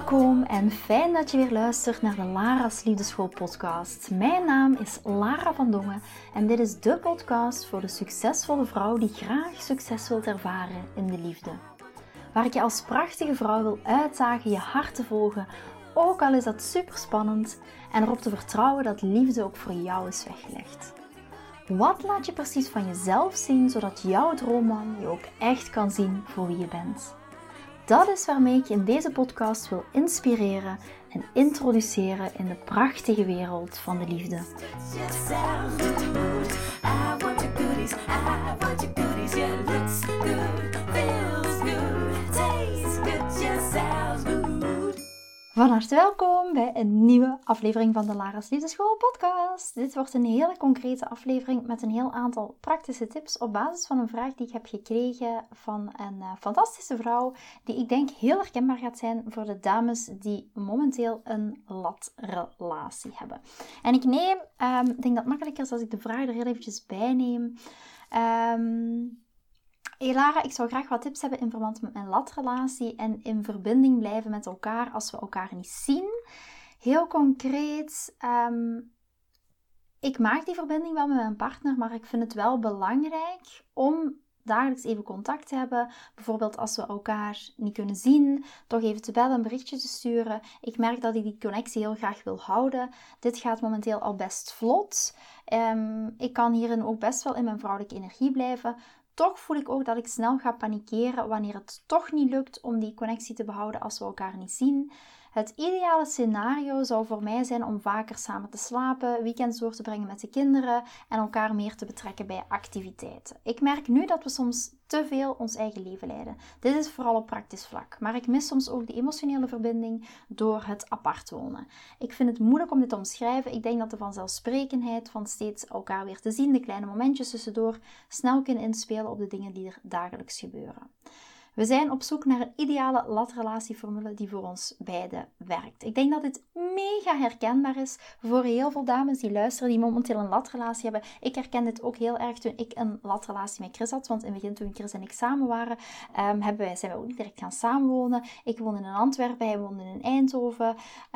Welkom en fijn dat je weer luistert naar de Lara's Liefdeschool podcast. Mijn naam is Lara van Dongen en dit is de podcast voor de succesvolle vrouw die graag succes wilt ervaren in de liefde. Waar ik je als prachtige vrouw wil uitdagen je hart te volgen, ook al is dat super spannend, en erop te vertrouwen dat liefde ook voor jou is weggelegd. Wat laat je precies van jezelf zien, zodat jouw droomman je ook echt kan zien voor wie je bent? Dat is waarmee ik je in deze podcast wil inspireren en introduceren in de prachtige wereld van de liefde. Van harte welkom bij een nieuwe aflevering van de Lara's Liefdeschool podcast. Dit wordt een hele concrete aflevering met een heel aantal praktische tips op basis van een vraag die ik heb gekregen van een fantastische vrouw die ik denk heel herkenbaar gaat zijn voor de dames die momenteel een latrelatie hebben. En ik denk dat het makkelijker is als ik de vraag er heel eventjes bij neem. Hey Lara, ik zou graag wat tips hebben in verband met mijn latrelatie en in verbinding blijven met elkaar als we elkaar niet zien. Heel concreet, ik maak die verbinding wel met mijn partner, maar ik vind het wel belangrijk om dagelijks even contact te hebben. Bijvoorbeeld als we elkaar niet kunnen zien, toch even te bellen, een berichtje te sturen. Ik merk dat ik die connectie heel graag wil houden. Dit gaat momenteel al best vlot. Ik kan hierin ook best wel in mijn vrouwelijke energie blijven. Toch voel ik ook dat ik snel ga panikeren wanneer het toch niet lukt om die connectie te behouden als we elkaar niet zien. Het ideale scenario zou voor mij zijn om vaker samen te slapen, weekends door te brengen met de kinderen en elkaar meer te betrekken bij activiteiten. Ik merk nu dat we soms te veel ons eigen leven leiden. Dit is vooral op praktisch vlak, maar ik mis soms ook de emotionele verbinding door het apart wonen. Ik vind het moeilijk om dit te omschrijven. Ik denk dat de vanzelfsprekendheid van steeds elkaar weer te zien, de kleine momentjes tussendoor, snel kunnen inspelen op de dingen die er dagelijks gebeuren. We zijn op zoek naar een ideale latrelatieformule die voor ons beiden werkt. Ik denk dat dit mega herkenbaar is voor heel veel dames die luisteren, die momenteel een latrelatie hebben. Ik herken dit ook heel erg toen ik een latrelatie met Chris had. Want in het begin, toen Chris en ik samen waren, zijn we ook niet direct gaan samenwonen. Ik woonde in Antwerpen, hij woonde in Eindhoven.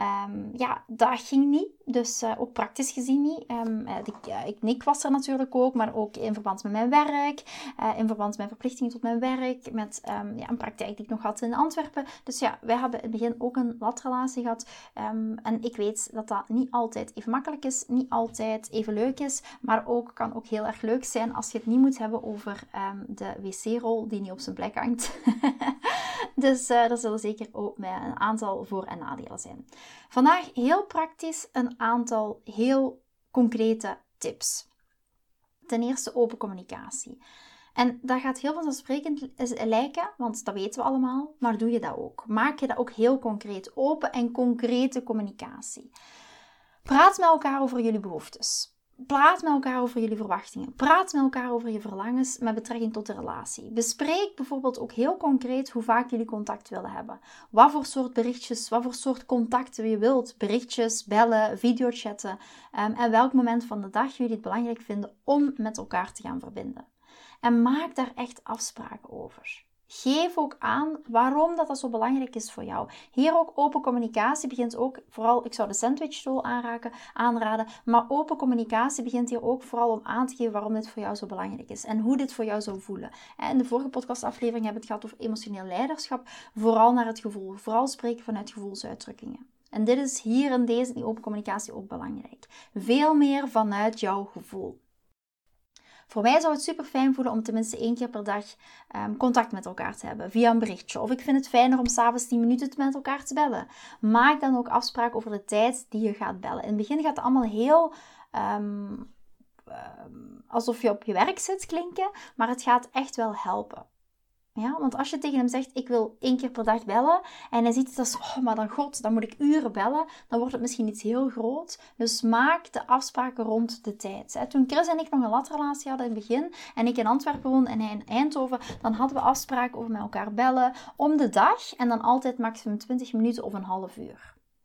Dat ging niet. Dus ook praktisch gezien niet. Ik was er natuurlijk ook, maar ook in verband met mijn werk. In verband met mijn verplichtingen tot mijn werk. Met een praktijk die ik nog had in Antwerpen. Dus ja, wij hebben in het begin ook een latrelatie gehad. En ik weet dat dat niet altijd even makkelijk is. Niet altijd even leuk is. Maar kan ook heel erg leuk zijn als je het niet moet hebben over de wc-rol die niet op zijn plek hangt. Dus er zullen zeker ook een aantal voor- en nadelen zijn. Vandaag heel praktisch een aantal heel concrete tips. Ten eerste open communicatie. En dat gaat heel vanzelfsprekend lijken, want dat weten we allemaal, maar doe je dat ook. Maak je dat ook heel concreet, open en concrete communicatie. Praat met elkaar over jullie behoeftes. Praat met elkaar over jullie verwachtingen. Praat met elkaar over je verlangens met betrekking tot de relatie. Bespreek bijvoorbeeld ook heel concreet hoe vaak jullie contact willen hebben. Wat voor soort berichtjes, wat voor soort contacten je wilt. Berichtjes, bellen, videochatten. En welk moment van de dag jullie het belangrijk vinden om met elkaar te gaan verbinden. En maak daar echt afspraken over. Geef ook aan waarom dat zo belangrijk is voor jou. Hier ook open communicatie begint ook vooral, ik zou de sandwichstoel aanraden, maar open communicatie begint hier ook vooral om aan te geven waarom dit voor jou zo belangrijk is en hoe dit voor jou zou voelen. In de vorige podcastaflevering hebben we het gehad over emotioneel leiderschap, vooral naar het gevoel, vooral spreken vanuit gevoelsuitdrukkingen. En dit is hier in die open communicatie ook belangrijk. Veel meer vanuit jouw gevoel. Voor mij zou het super fijn voelen om tenminste 1 keer per dag contact met elkaar te hebben via een berichtje. Of ik vind het fijner om 's avonds 10 minuten met elkaar te bellen. Maak dan ook afspraken over de tijd die je gaat bellen. In het begin gaat het allemaal heel alsof je op je werk zit klinken, maar het gaat echt wel helpen. Ja, want als je tegen hem zegt, ik wil 1 keer per dag bellen, en hij ziet het als, maar dan moet ik uren bellen, dan wordt het misschien iets heel groot. Dus maak de afspraken rond de tijd. Toen Chris en ik nog een latrelatie hadden in het begin, en ik in Antwerpen woonde en hij in Eindhoven, dan hadden we afspraken over met elkaar bellen om de dag, en dan altijd maximum 20 minuten of een half uur.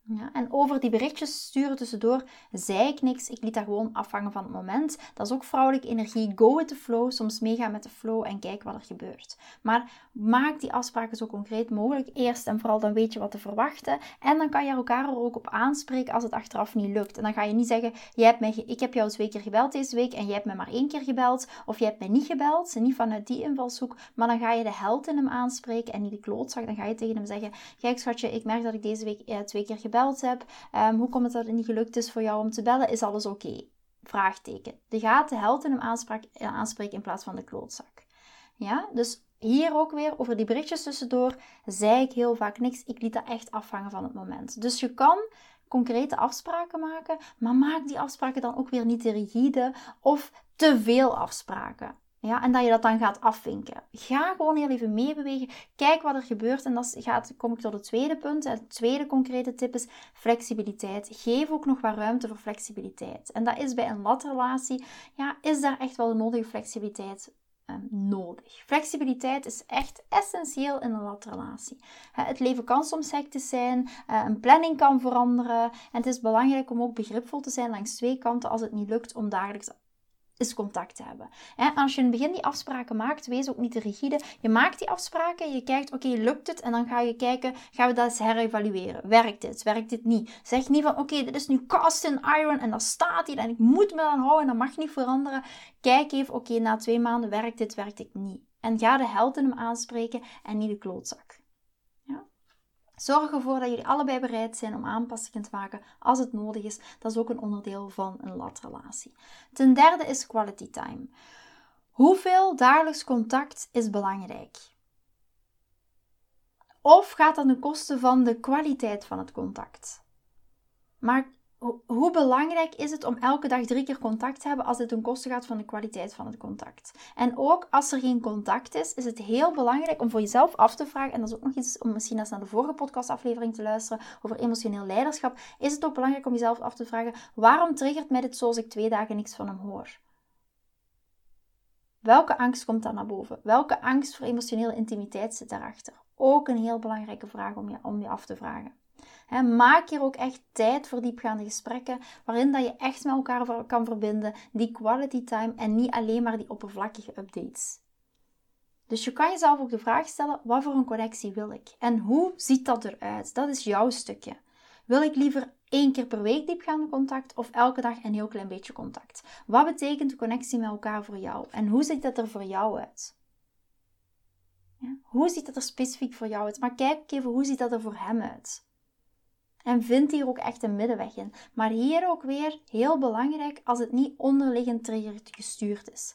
Ja, en over die berichtjes sturen tussendoor zei ik niks. Ik liet dat gewoon afhangen van het moment. Dat is ook vrouwelijke energie. Go with the flow. Soms meegaan met de flow en kijk wat er gebeurt. Maar maak die afspraken zo concreet mogelijk. Eerst en vooral dan weet je wat te verwachten. En dan kan je elkaar er ook op aanspreken als het achteraf niet lukt. En dan ga je niet zeggen, ik heb jou 2 keer gebeld deze week en jij hebt mij maar 1 keer gebeld. Of jij hebt mij niet gebeld. Niet vanuit die invalshoek. Maar dan ga je de held in hem aanspreken en niet de klootzak. Dan ga je tegen hem zeggen, kijk schatje, ik merk dat ik deze week 2 keer gebeld heb. Hoe komt het dat het niet gelukt is voor jou om te bellen? Is alles oké? Vraagteken. Je gaat de held in hem aanspreken in plaats van de klootzak. Ja, dus hier ook weer over die berichtjes tussendoor zei ik heel vaak niks. Ik liet dat echt afhangen van het moment. Dus je kan concrete afspraken maken, maar maak die afspraken dan ook weer niet te rigide of te veel afspraken. Ja, en dat je dat dan gaat afvinken. Ga gewoon heel even meebewegen. Kijk wat er gebeurt. En kom ik tot het tweede punt. Het tweede concrete tip is flexibiliteit. Geef ook nog wat ruimte voor flexibiliteit. En dat is bij een latrelatie. Ja, is daar echt wel de nodige flexibiliteit nodig. Flexibiliteit is echt essentieel in een latrelatie. Het leven kan soms hectisch zijn. Een planning kan veranderen. En het is belangrijk om ook begripvol te zijn langs 2 kanten als het niet lukt om dagelijks is contact te hebben. Als je in het begin die afspraken maakt, wees ook niet te rigide. Je maakt die afspraken, je kijkt, oké, lukt het? En dan ga je kijken, gaan we dat eens herevalueren. Werkt dit niet? Zeg niet van, oké, dit is nu cast in iron en dat staat hier en ik moet me dan houden en dat mag niet veranderen. Kijk even, oké, na 2 maanden werkt dit niet. En ga de held in hem aanspreken en niet de klootzak. Ja? Zorg ervoor dat jullie allebei bereid zijn om aanpassingen te maken als het nodig is. Dat is ook een onderdeel van een latrelatie. Ten derde is quality time. Hoeveel dagelijks contact is belangrijk? Of gaat dat ten koste van de kwaliteit van het contact? Maar hoe belangrijk is het om elke dag 3 keer contact te hebben als dit ten koste gaat van de kwaliteit van het contact? En ook als er geen contact is het heel belangrijk om voor jezelf af te vragen, en dat is ook nog iets om misschien eens naar de vorige podcastaflevering te luisteren over emotioneel leiderschap, is het ook belangrijk om jezelf af te vragen, waarom triggert mij dit zo als ik 2 dagen niks van hem hoor? Welke angst komt daar naar boven? Welke angst voor emotionele intimiteit zit daarachter? Ook een heel belangrijke vraag om je af te vragen. Maak hier ook echt tijd voor diepgaande gesprekken, waarin dat je echt met elkaar kan verbinden, die quality time en niet alleen maar die oppervlakkige updates. Dus je kan jezelf ook de vraag stellen, wat voor een connectie wil ik? En hoe ziet dat eruit? Dat is jouw stukje. Wil ik liever 1 keer per week diepgaande contact of elke dag een heel klein beetje contact? Wat betekent de connectie met elkaar voor jou? En hoe ziet dat er voor jou uit? Ja, hoe ziet dat er specifiek voor jou uit? Maar kijk ook even, hoe ziet dat er voor hem uit? En vind hier ook echt een middenweg in. Maar hier ook weer heel belangrijk als het niet onderliggend trigger gestuurd is.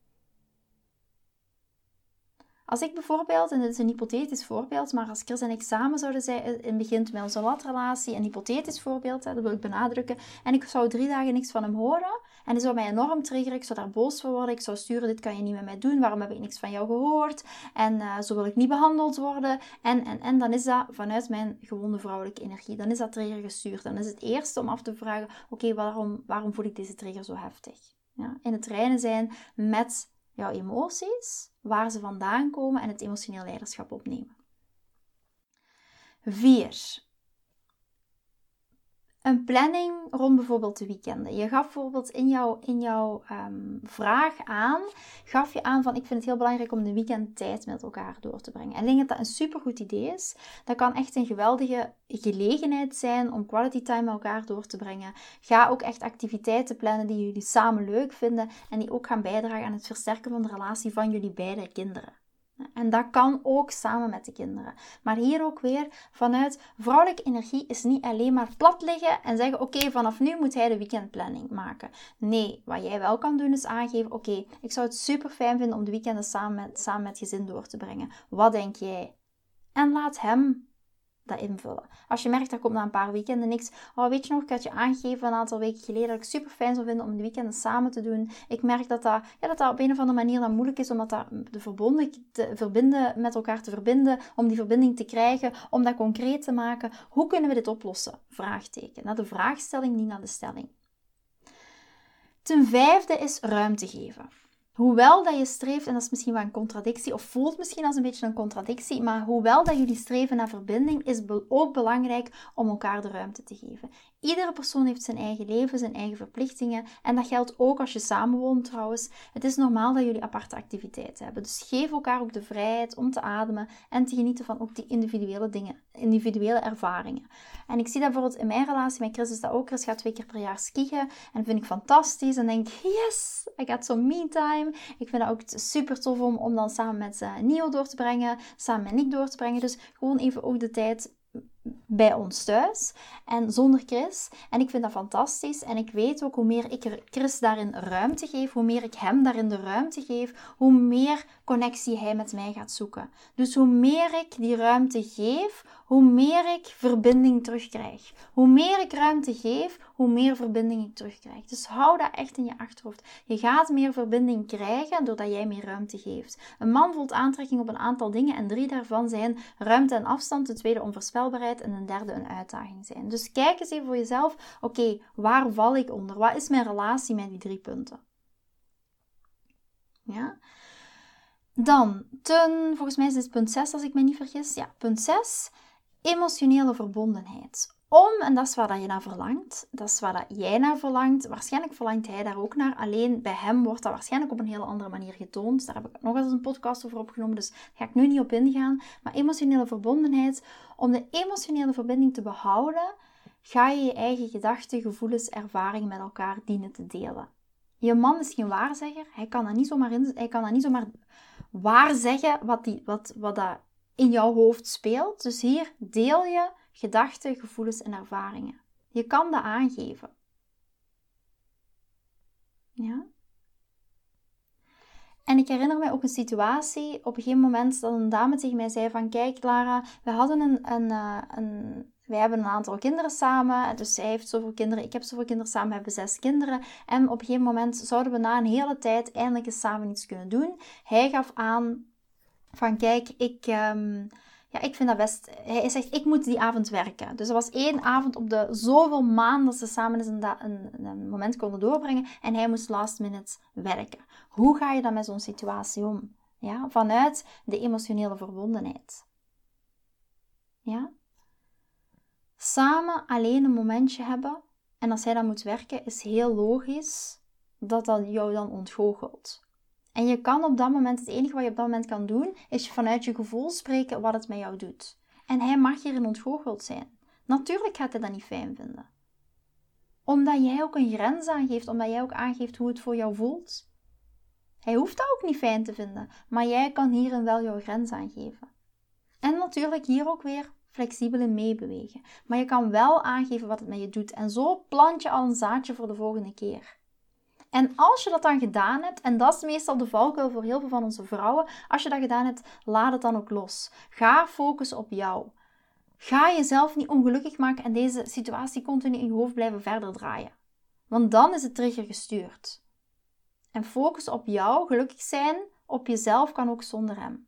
Als ik bijvoorbeeld, en dit is een hypothetisch voorbeeld, maar als Chris en ik samen zouden zijn, in het begin met onze latrelatie, een hypothetisch voorbeeld, dat wil ik benadrukken, en ik zou 3 dagen niks van hem horen, en hij zou mij enorm triggeren, ik zou daar boos voor worden, ik zou sturen, dit kan je niet met mij doen, waarom heb ik niks van jou gehoord, en zo wil ik niet behandeld worden, en dan is dat vanuit mijn gewonde vrouwelijke energie, dan is dat trigger gestuurd, dan is het eerste om af te vragen, oké, waarom voel ik deze trigger zo heftig? Ja, in het reinen zijn met jouw emoties, waar ze vandaan komen en het emotioneel leiderschap opnemen. 4. Een planning rond bijvoorbeeld de weekenden. Je gaf bijvoorbeeld in jouw vraag aan, gaf je aan van ik vind het heel belangrijk om de weekendtijd met elkaar door te brengen. En ik denk dat dat een supergoed idee is. Dat kan echt een geweldige gelegenheid zijn om quality time met elkaar door te brengen. Ga ook echt activiteiten plannen die jullie samen leuk vinden en die ook gaan bijdragen aan het versterken van de relatie van jullie beide kinderen. En dat kan ook samen met de kinderen. Maar hier ook weer vanuit vrouwelijke energie is niet alleen maar plat liggen en zeggen oké, vanaf nu moet hij de weekendplanning maken. Nee, wat jij wel kan doen is aangeven oké, ik zou het super fijn vinden om de weekenden samen met gezin door te brengen. Wat denk jij? En laat hem dat invullen. Als je merkt dat komt na een paar weekenden niks. Oh, weet je nog, ik had je aangegeven een aantal weken geleden dat ik super fijn zou vinden om de weekenden samen te doen. Ik merk dat dat op een of andere manier dan moeilijk is om dat met elkaar te verbinden, om die verbinding te krijgen, om dat concreet te maken. Hoe kunnen we dit oplossen? Vraagteken. Naar de vraagstelling, niet naar de stelling. Ten 5e is ruimte geven. hoewel dat je streeft, en dat is misschien wel een contradictie, of voelt misschien als een beetje een contradictie, maar hoewel dat jullie streven naar verbinding, is het ook belangrijk om elkaar de ruimte te geven. Iedere persoon heeft zijn eigen leven, zijn eigen verplichtingen. En dat geldt ook als je samenwoont trouwens. Het is normaal dat jullie aparte activiteiten hebben. Dus geef elkaar ook de vrijheid om te ademen en te genieten van ook die individuele dingen, individuele ervaringen. En ik zie dat bijvoorbeeld in mijn relatie met Chris is dat ook. Chris gaat 2 keer per jaar skiën en dat vind ik fantastisch. En denk ik, yes, I got some me time. Ik vind dat ook super tof om dan samen met Nio door te brengen, samen met Nick door te brengen. Dus gewoon even ook de tijd bij ons thuis en zonder Chris. En ik vind dat fantastisch. En ik weet ook hoe meer ik Chris daarin ruimte geef, hoe meer ik hem daarin de ruimte geef, hoe meer connectie hij met mij gaat zoeken. Dus hoe meer ik die ruimte geef, hoe meer ik verbinding terugkrijg. Hoe meer ik ruimte geef, hoe meer verbinding ik terugkrijg. Dus hou dat echt in je achterhoofd. Je gaat meer verbinding krijgen doordat jij meer ruimte geeft. Een man voelt aantrekking op een aantal dingen en 3 daarvan zijn ruimte en afstand, de tweede onvoorspelbaarheid en de derde een uitdaging zijn. Dus kijk eens even voor jezelf, oké, waar val ik onder? Wat is mijn relatie met die 3 punten? Ja? Dan, volgens mij is dit punt 6 als ik me niet vergis. Ja, punt 6, emotionele verbondenheid. En dat is waar dat je naar verlangt. Dat is waar dat jij naar verlangt. Waarschijnlijk verlangt hij daar ook naar. Alleen bij hem wordt dat waarschijnlijk op een hele andere manier getoond. Daar heb ik nog eens een podcast over opgenomen. Dus daar ga ik nu niet op ingaan. Maar emotionele verbondenheid. Om de emotionele verbinding te behouden, ga je je eigen gedachten, gevoelens, ervaringen met elkaar dienen te delen. Je man is geen waarzegger. Hij kan dat niet zomaar waarzeggen wat dat in jouw hoofd speelt. Dus hier deel je gedachten, gevoelens en ervaringen. Je kan dat aangeven. Ja? En ik herinner mij ook een situatie, op een gegeven moment dat een dame tegen mij zei van, kijk Lara, wij hebben een aantal kinderen samen, dus zij heeft zoveel kinderen, ik heb zoveel kinderen samen, we hebben 6 kinderen. En op een gegeven moment zouden we na een hele tijd eindelijk eens samen iets kunnen doen. Hij gaf aan van, kijk, ik vind dat best. Hij zegt, ik moet die avond werken. Dus er was 1 avond op de zoveel maanden dat ze samen eens een moment konden doorbrengen. En hij moest last minute werken. Hoe ga je dan met zo'n situatie om? Ja, vanuit de emotionele verbondenheid. Ja? Samen alleen een momentje hebben. En als hij dan moet werken, is heel logisch dat jou dan ontgoochelt. En je kan op dat moment, het enige wat je op dat moment kan doen, is je vanuit je gevoel spreken wat het met jou doet. En hij mag hierin ontgoocheld zijn. Natuurlijk gaat hij dat niet fijn vinden. Omdat jij ook een grens aangeeft, omdat jij ook aangeeft hoe het voor jou voelt. Hij hoeft dat ook niet fijn te vinden, maar jij kan hierin wel jouw grens aangeven. En natuurlijk hier ook weer flexibel in meebewegen. Maar je kan wel aangeven wat het met je doet. En zo plant je al een zaadje voor de volgende keer. En als je dat dan gedaan hebt, en dat is meestal de valkuil voor heel veel van onze vrouwen, als je dat gedaan hebt, laat het dan ook los. Ga focussen op jou. Ga jezelf niet ongelukkig maken en deze situatie continu in je hoofd blijven verder draaien. Want dan is het trigger gestuurd. En focus op jou, gelukkig zijn op jezelf kan ook zonder hem.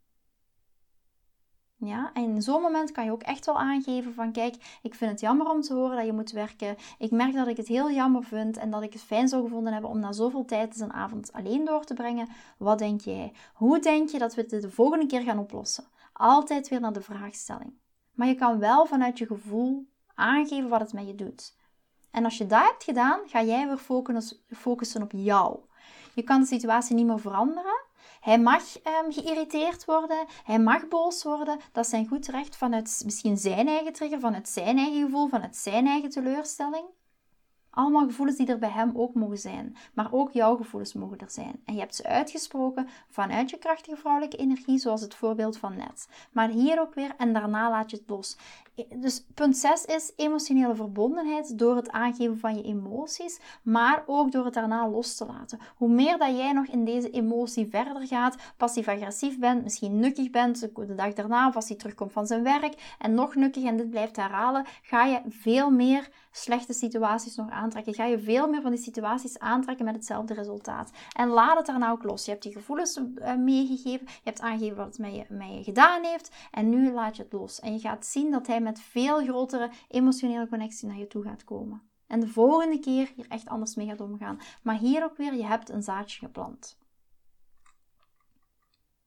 Ja, en in zo'n moment kan je ook echt wel aangeven van, kijk, ik vind het jammer om te horen dat je moet werken. Ik merk dat ik het heel jammer vind en dat ik het fijn zou gevonden hebben om na zoveel tijd eens een avond alleen door te brengen. Wat denk jij? Hoe denk je dat we het de volgende keer gaan oplossen? Altijd weer naar de vraagstelling. Maar je kan wel vanuit je gevoel aangeven wat het met je doet. En als je dat hebt gedaan, ga jij weer focussen op jou. Je kan de situatie niet meer veranderen. Hij mag geïrriteerd worden, hij mag boos worden. Dat is zijn goed recht vanuit misschien zijn eigen trigger, vanuit zijn eigen gevoel, vanuit zijn eigen teleurstelling. Allemaal gevoelens die er bij hem ook mogen zijn. Maar ook jouw gevoelens mogen er zijn. En je hebt ze uitgesproken vanuit je krachtige vrouwelijke energie, zoals het voorbeeld van net. Maar hier ook weer en daarna laat je het los. Dus punt 6 is emotionele verbondenheid door het aangeven van je emoties, maar ook door het daarna los te laten. Hoe meer dat jij nog in deze emotie verder gaat, passief-agressief bent, misschien nukkig bent de dag daarna of als hij terugkomt van zijn werk en nog nukkig en dit blijft herhalen, ga je veel meer slechte situaties nog aantrekken. Ga je veel meer van die situaties aantrekken met hetzelfde resultaat. En laat het daarna ook los. Je hebt die gevoelens meegegeven, je hebt aangegeven wat het met je gedaan heeft en nu laat je het los. En je gaat zien dat hij met veel grotere emotionele connectie naar je toe gaat komen. En de volgende keer hier echt anders mee gaat omgaan. Maar hier ook weer, je hebt een zaadje geplant.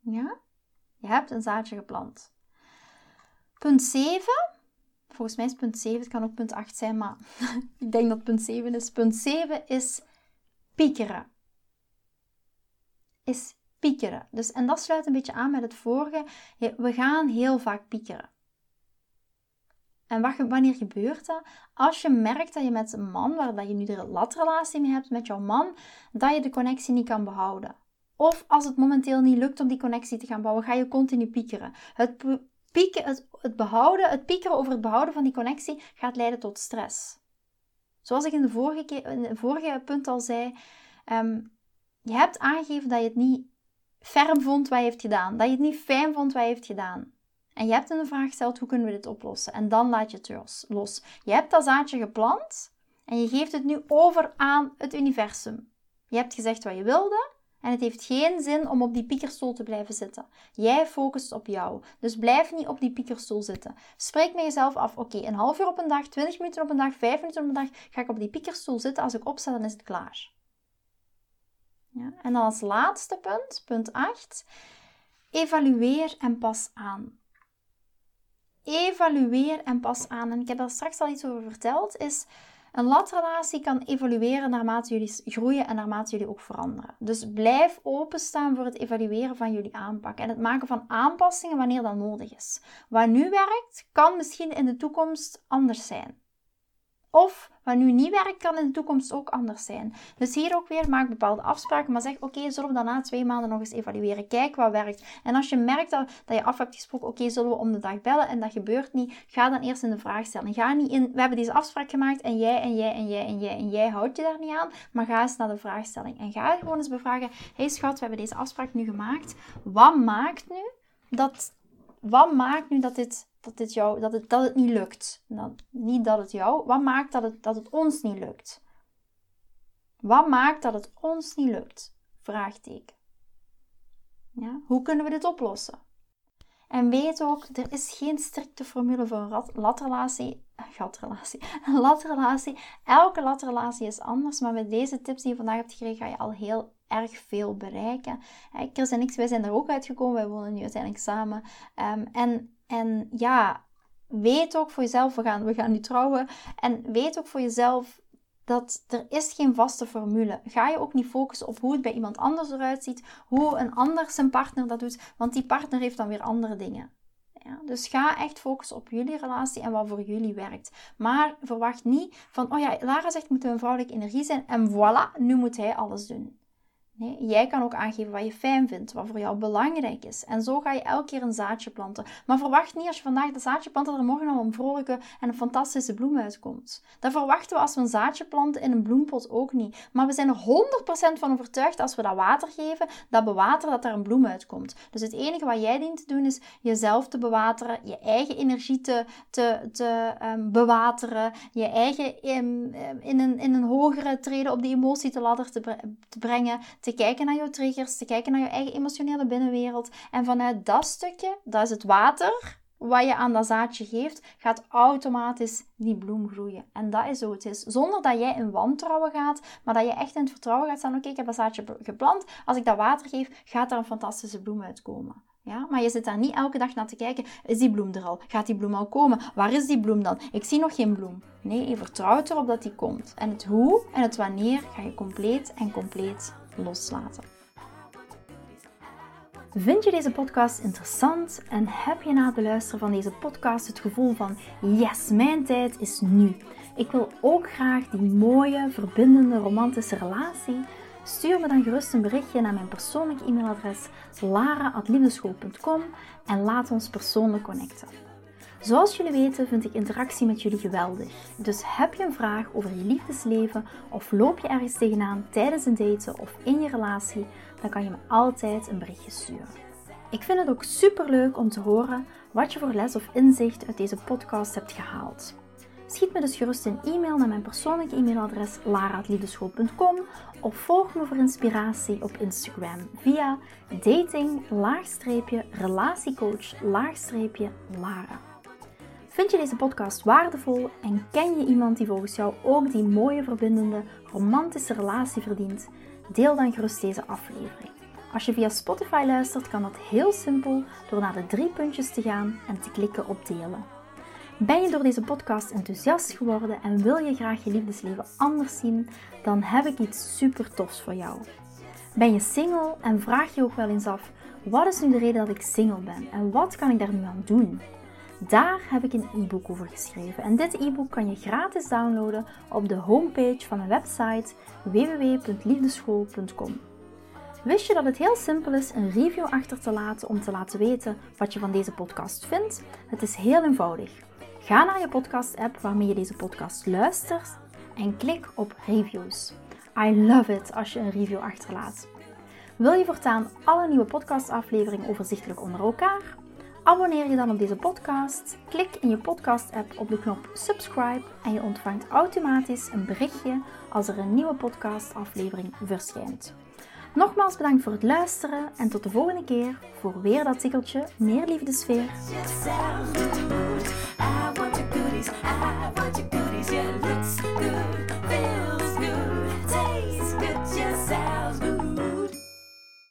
Ja? Je hebt een zaadje geplant. Punt 7. Volgens mij is punt 7, het kan ook punt 8 zijn, maar ik denk dat punt 7 is. Punt 7 is piekeren. Dus, en dat sluit een beetje aan met het vorige. We gaan heel vaak piekeren. En wanneer gebeurt dat? Als je merkt dat je met een man, waar je nu de latrelatie mee hebt met jouw man, dat je de connectie niet kan behouden. Of als het momenteel niet lukt om die connectie te gaan bouwen, ga je continu piekeren. Het piekeren over het behouden van die connectie gaat leiden tot stress. Zoals ik in de vorige punt al zei, je hebt aangegeven dat je het niet ferm vond wat je heeft gedaan. Dat je het niet fijn vond wat je heeft gedaan. En je hebt een vraag gesteld, hoe kunnen we dit oplossen? En dan laat je het los. Je hebt dat zaadje geplant en je geeft het nu over aan het universum. Je hebt gezegd wat je wilde en het heeft geen zin om op die piekerstoel te blijven zitten. Jij focust op jou. Dus blijf niet op die piekerstoel zitten. Spreek met jezelf af, oké, een half uur op een dag, 20 minuten op een dag, 5 minuten op een dag, ga ik op die piekerstoel zitten. Als ik opsta, dan is het klaar. Ja? En dan als laatste punt 8, evalueer en pas aan. Evalueer en pas aan. En ik heb daar straks al iets over verteld, is een latrelatie kan evolueren naarmate jullie groeien en naarmate jullie ook veranderen. Dus blijf openstaan voor het evalueren van jullie aanpak en het maken van aanpassingen wanneer dat nodig is. Wat nu werkt, kan misschien in de toekomst anders zijn. Of wat nu niet werkt, kan in de toekomst ook anders zijn. Dus hier ook weer, maak bepaalde afspraken, maar zeg, oké, zullen we dan na 2 maanden nog eens evalueren? Kijk wat werkt. En als je merkt dat je af hebt gesproken, oké, zullen we om de dag bellen en dat gebeurt niet, ga dan eerst in de vraagstelling. Ga niet in, we hebben deze afspraak gemaakt en jij houdt je daar niet aan, maar ga eens naar de vraagstelling. En ga gewoon eens bevragen, hey schat, we hebben deze afspraak nu gemaakt. Wat maakt nu dat het niet lukt? Niet dat het jou. Wat maakt dat het ons niet lukt? Wat maakt dat het ons niet lukt? Vraagteken. Ja? Hoe kunnen we dit oplossen? En weet ook, er is geen strikte formule voor een latrelatie. Elke latrelatie is anders, maar met deze tips die je vandaag hebt gekregen, ga je al heel erg veel bereiken. Chris en ik, wij zijn er ook uitgekomen. Wij wonen nu uiteindelijk samen. En ja, weet ook voor jezelf, we gaan nu trouwen. En weet ook voor jezelf dat er is geen vaste formule. Ga je ook niet focussen op hoe het bij iemand anders eruit ziet. Hoe een ander zijn partner dat doet. Want die partner heeft dan weer andere dingen. Ja, dus ga echt focussen op jullie relatie en wat voor jullie werkt. Maar verwacht niet van, oh ja, Lara zegt moet een vrouwelijke energie zijn. En voilà, nu moet hij alles doen. Nee, jij kan ook aangeven wat je fijn vindt, wat voor jou belangrijk is. En zo ga je elke keer een zaadje planten. Maar verwacht niet als je vandaag dat zaadje plant, dat er morgen al een vrolijke en een fantastische bloem uitkomt. Dat verwachten we als we een zaadje planten in een bloempot ook niet. Maar we zijn er 100% van overtuigd als we dat water geven, dat bewateren, dat er een bloem uitkomt. Dus het enige wat jij dient te doen is jezelf te bewateren, je eigen energie te bewateren, je eigen in een hogere treden op die emotieladder te brengen, te kijken naar jouw triggers, te kijken naar je eigen emotionele binnenwereld. En vanuit dat stukje, dat is het water wat je aan dat zaadje geeft, gaat automatisch die bloem groeien. En dat is hoe het is. Zonder dat jij in wantrouwen gaat, maar dat je echt in het vertrouwen gaat staan. Oké, ik heb dat zaadje geplant. Als ik dat water geef, gaat er een fantastische bloem uitkomen. Ja, maar je zit daar niet elke dag naar te kijken. Is die bloem er al? Gaat die bloem al komen? Waar is die bloem dan? Ik zie nog geen bloem. Nee, je vertrouwt erop dat die komt. En het hoe en het wanneer ga je compleet loslaten. Vind je deze podcast interessant en heb je na het beluisteren van deze podcast het gevoel van yes, mijn tijd is nu. Ik wil ook graag die mooie, verbindende, romantische relatie. Stuur me dan gerust een berichtje naar mijn persoonlijk e-mailadres lara@liefdeschool.com en laat ons persoonlijk connecten. Zoals jullie weten vind ik interactie met jullie geweldig. Dus heb je een vraag over je liefdesleven of loop je ergens tegenaan tijdens een daten of in je relatie, dan kan je me altijd een berichtje sturen. Ik vind het ook superleuk om te horen wat je voor les of inzicht uit deze podcast hebt gehaald. Schiet me dus gerust een e-mail naar mijn persoonlijke e-mailadres lara@liefdeschool.com of volg me voor inspiratie op Instagram via dating-relatiecoach-lara. Vind je deze podcast waardevol en ken je iemand die volgens jou ook die mooie, verbindende, romantische relatie verdient? Deel dan gerust deze aflevering. Als je via Spotify luistert, kan dat heel simpel door naar de 3 puntjes te gaan en te klikken op delen. Ben je door deze podcast enthousiast geworden en wil je graag je liefdesleven anders zien, dan heb ik iets super tofs voor jou. Ben je single en vraag je ook wel eens af, wat is nu de reden dat ik single ben en wat kan ik daar nu aan doen? Daar heb ik een e-book over geschreven en dit e-book kan je gratis downloaden op de homepage van mijn website www.liefdeschool.com. Wist je dat het heel simpel is een review achter te laten om te laten weten wat je van deze podcast vindt? Het is heel eenvoudig. Ga naar je podcast-app waarmee je deze podcast luistert en klik op reviews. I love it als je een review achterlaat. Wil je voortaan alle nieuwe podcastafleveringen overzichtelijk onder elkaar? Abonneer je dan op deze podcast, klik in je podcast-app op de knop subscribe en je ontvangt automatisch een berichtje als er een nieuwe podcastaflevering verschijnt. Nogmaals bedankt voor het luisteren en tot de volgende keer voor weer dat tikkeltje meer liefdesfeer.